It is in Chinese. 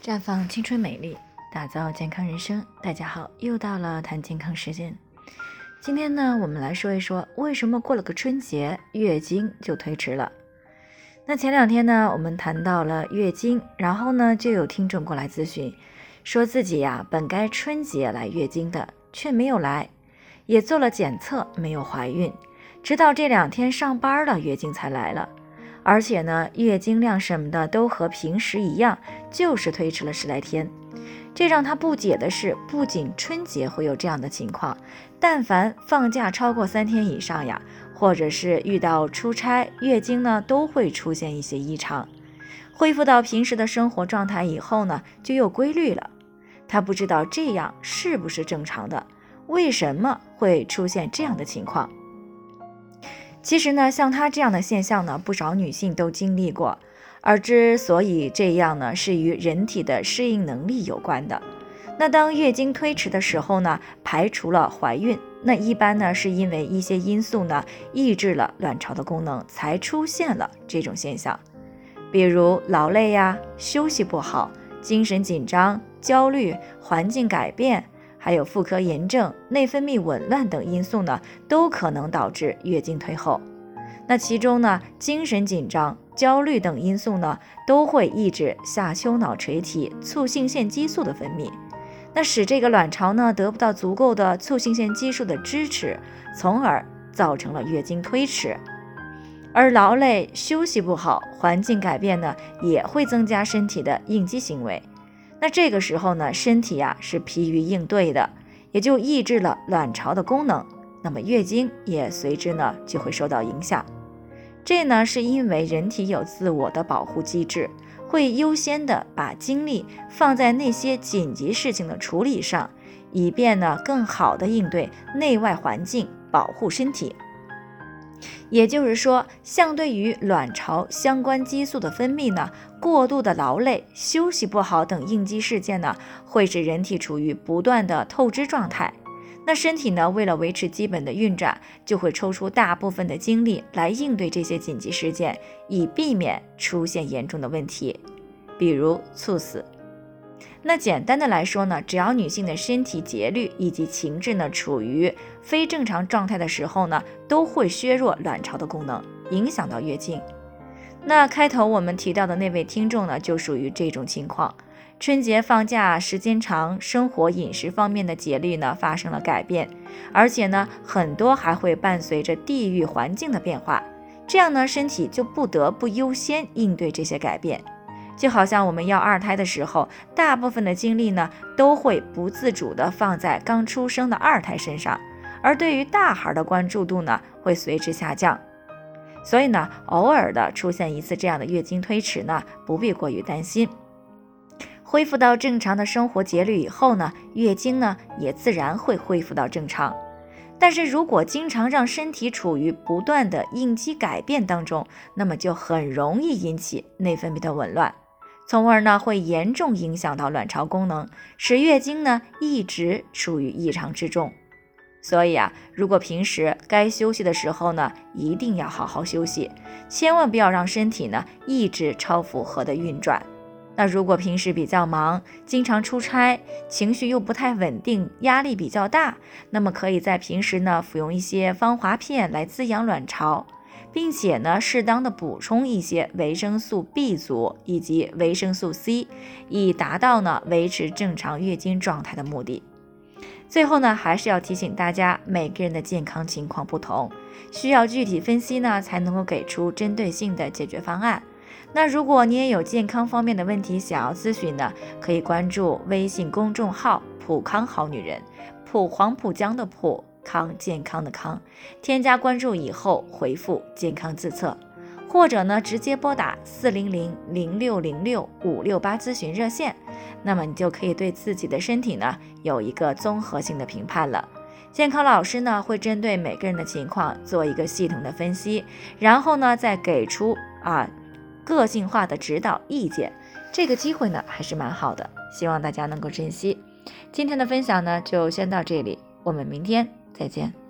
绽放青春美丽，打造健康人生。大家好，又到了谈健康时间。今天呢，我们来说一说为什么过了个春节，月经就推迟了。那前两天呢，我们谈到了月经，然后呢，就有听众过来咨询，说自己呀，本该春节来月经的，却没有来，也做了检测，没有怀孕，直到这2天上班了，月经才来了。而且呢，月经量什么的都和平时一样，就是推迟了10来天。这让他不解的是，不仅春节会有这样的情况，但凡放假超过3天以上呀，或者是遇到出差，月经呢都会出现一些异常。恢复到平时的生活状态以后呢，就又规律了。他不知道这样是不是正常的，为什么会出现这样的情况？其实呢，像她这样的现象呢，不少女性都经历过，而之所以这样呢，是与人体的适应能力有关的。那当月经推迟的时候呢，排除了怀孕，那一般呢是因为一些因素呢，抑制了卵巢的功能，才出现了这种现象。比如劳累呀、休息不好、精神紧张、焦虑、环境改变，还有妇科炎症、内分泌紊乱等因素呢，都可能导致月经推后。那其中呢，精神紧张、焦虑等因素呢，都会抑制下丘脑垂体促性腺激素的分泌，那使这个卵巢呢得不到足够的促性腺激素的支持，从而造成了月经推迟。而劳累、休息不好、环境改变呢，也会增加身体的应激行为。那这个时候呢，身体是疲于应对的，也就抑制了卵巢的功能，那么月经也随之呢就会受到影响。这呢是因为人体有自我的保护机制，会优先的把精力放在那些紧急事情的处理上，以便呢更好的应对内外环境，保护身体。也就是说，相对于卵巢相关激素的分泌呢，过度的劳累、休息不好等应激事件呢，会使人体处于不断的透支状态。那身体呢，为了维持基本的运转，就会抽出大部分的精力来应对这些紧急事件，以避免出现严重的问题，比如猝死。那简单的来说呢，只要女性的身体节律以及情志呢处于非正常状态的时候呢，都会削弱卵巢的功能，影响到月经。那开头我们提到的那位听众呢，就属于这种情况。春节放假时间长，生活饮食方面的节律呢发生了改变，而且呢很多还会伴随着地域环境的变化，这样呢身体就不得不优先应对这些改变。就好像我们要2胎的时候，大部分的精力呢都会不自主地放在刚出生的2胎身上，而对于大孩的关注度呢会随之下降。所以呢，偶尔的出现一次这样的月经推迟呢，不必过于担心。恢复到正常的生活节律以后呢，月经呢也自然会恢复到正常。但是如果经常让身体处于不断的应激改变当中，那么就很容易引起内分泌的紊乱，从而呢会严重影响到卵巢功能，使月经呢一直处于异常之中。所以如果平时该休息的时候呢，一定要好好休息，千万不要让身体呢一直超负荷的运转。那如果平时比较忙，经常出差，情绪又不太稳定，压力比较大，那么可以在平时呢服用一些芳华片来滋养卵巢，并且呢适当的补充一些维生素 B 族以及维生素 C， 以达到呢维持正常月经状态的目的。最后呢，还是要提醒大家，每个人的健康情况不同，需要具体分析呢才能够给出针对性的解决方案。那如果你也有健康方面的问题想要咨询呢，可以关注微信公众号普康好女人，普黄浦江的普，康健康的康，添加关注以后回复健康自测，或者呢直接拨打400-0606-568咨询热线，那么你就可以对自己的身体呢有一个综合性的评判了。健康老师呢会针对每个人的情况做一个系统的分析，然后呢再给出个性化的指导意见，这个机会呢还是蛮好的，希望大家能够珍惜。今天的分享呢就先到这里，我们明天再见。